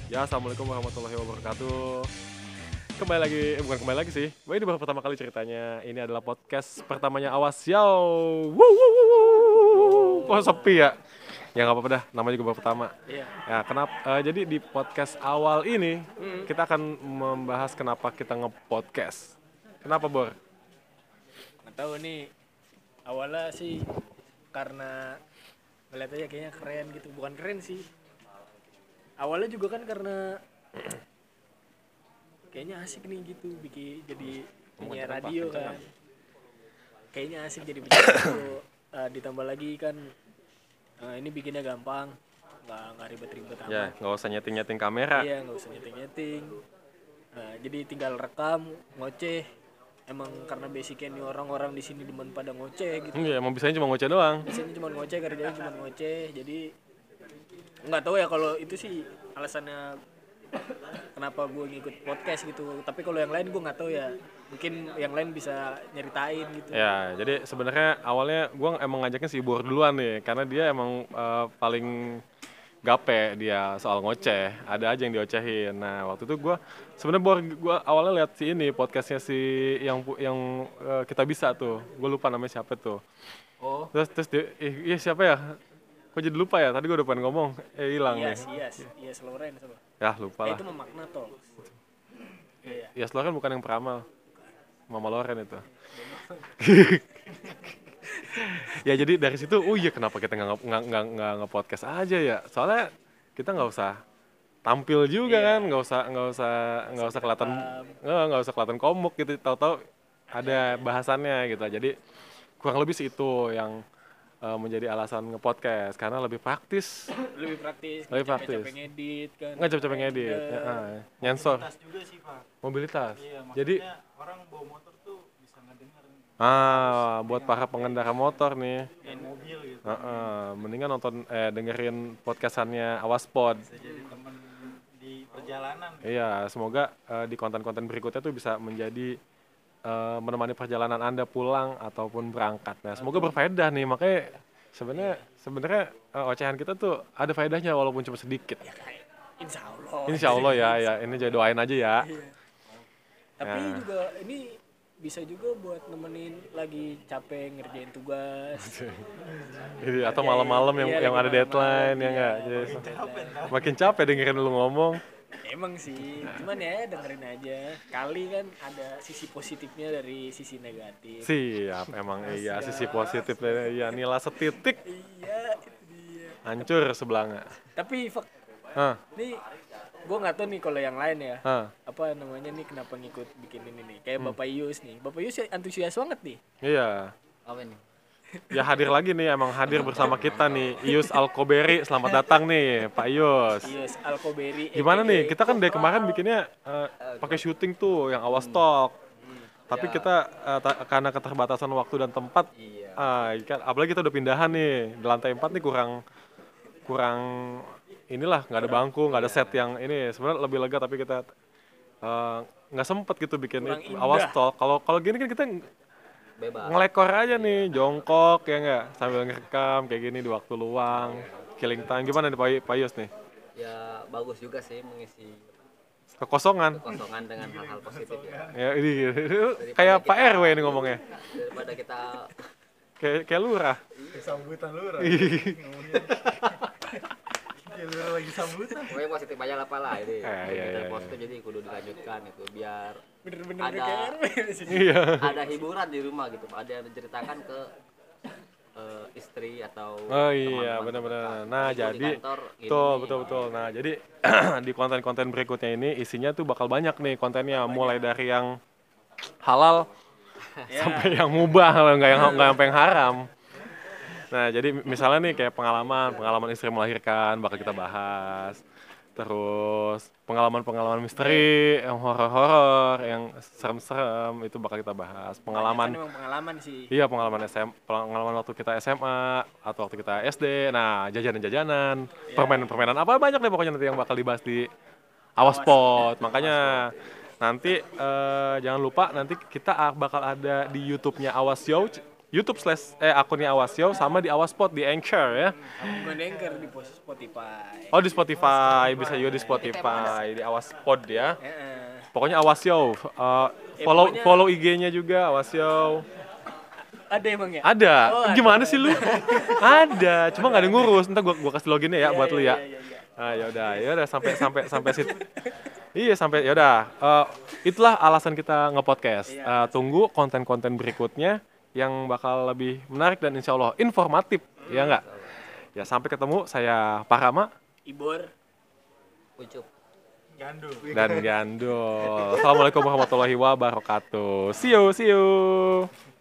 Ya, assalamualaikum warahmatullahi wabarakatuh. Kembali lagi, bukan kembali lagi sih. Ini baru pertama kali ceritanya. Ini adalah podcast pertamanya Awas Yau. Wuh, wuh, wuh, wuh. Kok sepi ya? Ya nggak apa-apa dah, namanya juga baru pertama. Iya. Ya, jadi di podcast awal ini kita akan membahas kenapa kita nge-podcast. Kenapa, Bor? Nggak tahu nih. Awalnya sih karena ngeliat aja kayaknya keren gitu. Bukan keren sih. Awalnya juga kan karena kayaknya asik nih gitu bikin jadi penyiar radio kan. Kayaknya asik jadi bikin radio. Ditambah lagi kan ini bikinnya gampang. Nggak ribet-ribet amat. Ya, nggak usah nyeting-nyeting kamera. Iya, nggak usah nyeting-nyeting. Jadi tinggal rekam, ngoceh. Emang karena basicnya nih orang-orang di sini demen pada ngoceh gitu. Iya, emang bisanya cuma ngoceh doang. Biasanya cuma ngoceh, kerjanya cuma ngoceh. Jadi nggak tahu ya kalau itu sih alasannya kenapa gue ngikut podcast gitu. Tapi kalau yang lain gue nggak tahu ya. Mungkin yang lain bisa nyeritain gitu. Ya, jadi sebenarnya awalnya gue emang ngajaknya si Bor duluan nih, karena dia emang paling gape dia soal ngoceh, ada aja yang diocehin. Nah waktu itu gue sebenarnya Bor, gue awalnya lihat si ini podcastnya si yang kita bisa tuh, gue lupa namanya siapa tuh. Oh, Terus dia, iya siapa ya? Kok jadi lupa ya? Tadi gue udah pengen ngomong, hilang nih. iya, Loren sama. Ya lupa lah. Itu memakna toh. Iya. Ya Loren bukan yang peramal, Mama Loren itu. Ya jadi dari situ, oh iya kenapa kita nggak nge-podcast aja ya? Soalnya kita nggak usah tampil juga kan, nggak usah kelihatan nggak usah kelihatan komuk gitu, tahu-tahu ada bahasannya gitu. Jadi kurang lebih sih itu yang menjadi alasan nge-podcast karena lebih praktis, Lebih praktis, lebih nggak praktis, capek-capek ngedit kan. nggak capek-capek ngedit, nyensor, Mobilitas juga sih Pak. mobilitas. Iya, maksudnya Jadi orang bawa motor tuh bisa ngedenger buat para pengendara motor nih. yang mobil gitu. Mendingan dengerin podcastannya Awaspod. Bisa jadi temen di perjalanan. Iya, semoga di konten-konten berikutnya tuh bisa menjadi menemani perjalanan Anda pulang ataupun berangkat. Nah, semoga berfaedah nih. Makanya sebenarnya ocehan kita tuh ada faedahnya walaupun cuma sedikit. Insya Allah. Insya Allah ya. Ini jadi doain aja ya. Iya. Tapi Ya. juga ini bisa juga buat nemenin lagi capek ngerjain tugas. Jadi atau malam-malam yang lagi ada deadline malam-malam, ya iya, enggak. Jadi deadline. makin capek dengerin lu ngomong. Emang sih, cuman ya dengerin aja. Kali kan ada sisi positifnya dari sisi negatif. Siap, emang iya sisi positif iya nilai setitik Iya, itu dia. hancur sebelanga. Tapi Fak, Hah, nih gue nggak tahu nih kalau yang lain ya. hah. Apa namanya nih kenapa ngikut bikin ini nih? Kayak Bapak Yus nih. Bapak Yus antusias banget nih. Iya. Apa nih? Ya hadir lagi nih, emang hadir bersama kita nih, Ius Alkoberi. Selamat datang nih, Pak Ius. Yus Alkoberi. Gimana nih? Kita kan dari kemarin bikinnya pakai syuting tuh, yang Awas Talk. Tapi kita karena keterbatasan waktu dan tempat, apalagi kita udah pindahan nih, di lantai 4 nih kurang inilah, nggak ada bangku, nggak ada set yang ini. Sebenarnya lebih lega tapi kita nggak sempet gitu bikin Kurang Awas indah. Talk. Kalau gini kan kita Bebas. ngelekor aja nih, jongkok ya nggak, sambil ngerekam kayak gini di waktu luang, killing time. Gimana nih Pak Yus nih? Ya bagus juga sih mengisi Kekosongan. kosongan dengan hal-hal positif ya. Ya ini kayak Pak RW nih ngomongnya, Daripada kita kayak lurah. Sambutan lu. Ya lu lagi sambutan. pokoknya positif aja lah pala ini. Iya, Kita iya. positif jadi kudu dilanjutkan itu biar Bener-bener Ada- kayak RW di sini. Iya. ada hiburan di rumah gitu. Ada yang diceritakan ke istri atau Oh iya, teman-teman benar-benar. terdekat. Nah, Itu di jadi kantor gini betul, nih. betul. Nah, jadi di konten-konten berikutnya ini isinya tuh bakal banyak nih kontennya, mulai dari yang halal sampai yang mubah, nggak sampai yang haram. Nah, jadi misalnya nih kayak pengalaman istri melahirkan bakal kita bahas. Terus pengalaman misteri, yang horor-horor, yang serem-serem itu bakal kita bahas. Kebanyakan emang pengalaman sih. Iya, pengalaman waktu kita SMA atau waktu kita SD. Nah, jajanan-jajanan, permainan-permainan apa banyak deh pokoknya nanti yang bakal dibahas di Awaspot. Makanya nanti jangan lupa nanti kita bakal ada di YouTube-nya Awas Show. YouTube akunnya Awasyo sama di Awaspot di Anchor ya. Bukan Anchor di Spotify. Oh di Spotify, bisa juga di Spotify, di Awaspod ya. Heeh. Pokoknya Awasyo, pokoknya- follow IG-nya juga Awasyo. Ada emang ya? Ada. Oh, ada. Gimana sih lu? Ada, cuma nggak ada yang ngurus. Ntar gua kasih loginnya ya buat lu ya. Iya. Ah ya udah sampai situ. Iya sampai ya udah. Itulah alasan kita nge-podcast. Tunggu konten-konten berikutnya yang bakal lebih menarik dan insya Allah informatif, ya nggak? Ya sampai ketemu. Saya Parama Ibor. Ucup. Gandu. dan Gandul. Assalamualaikum warahmatullahi wabarakatuh. See you.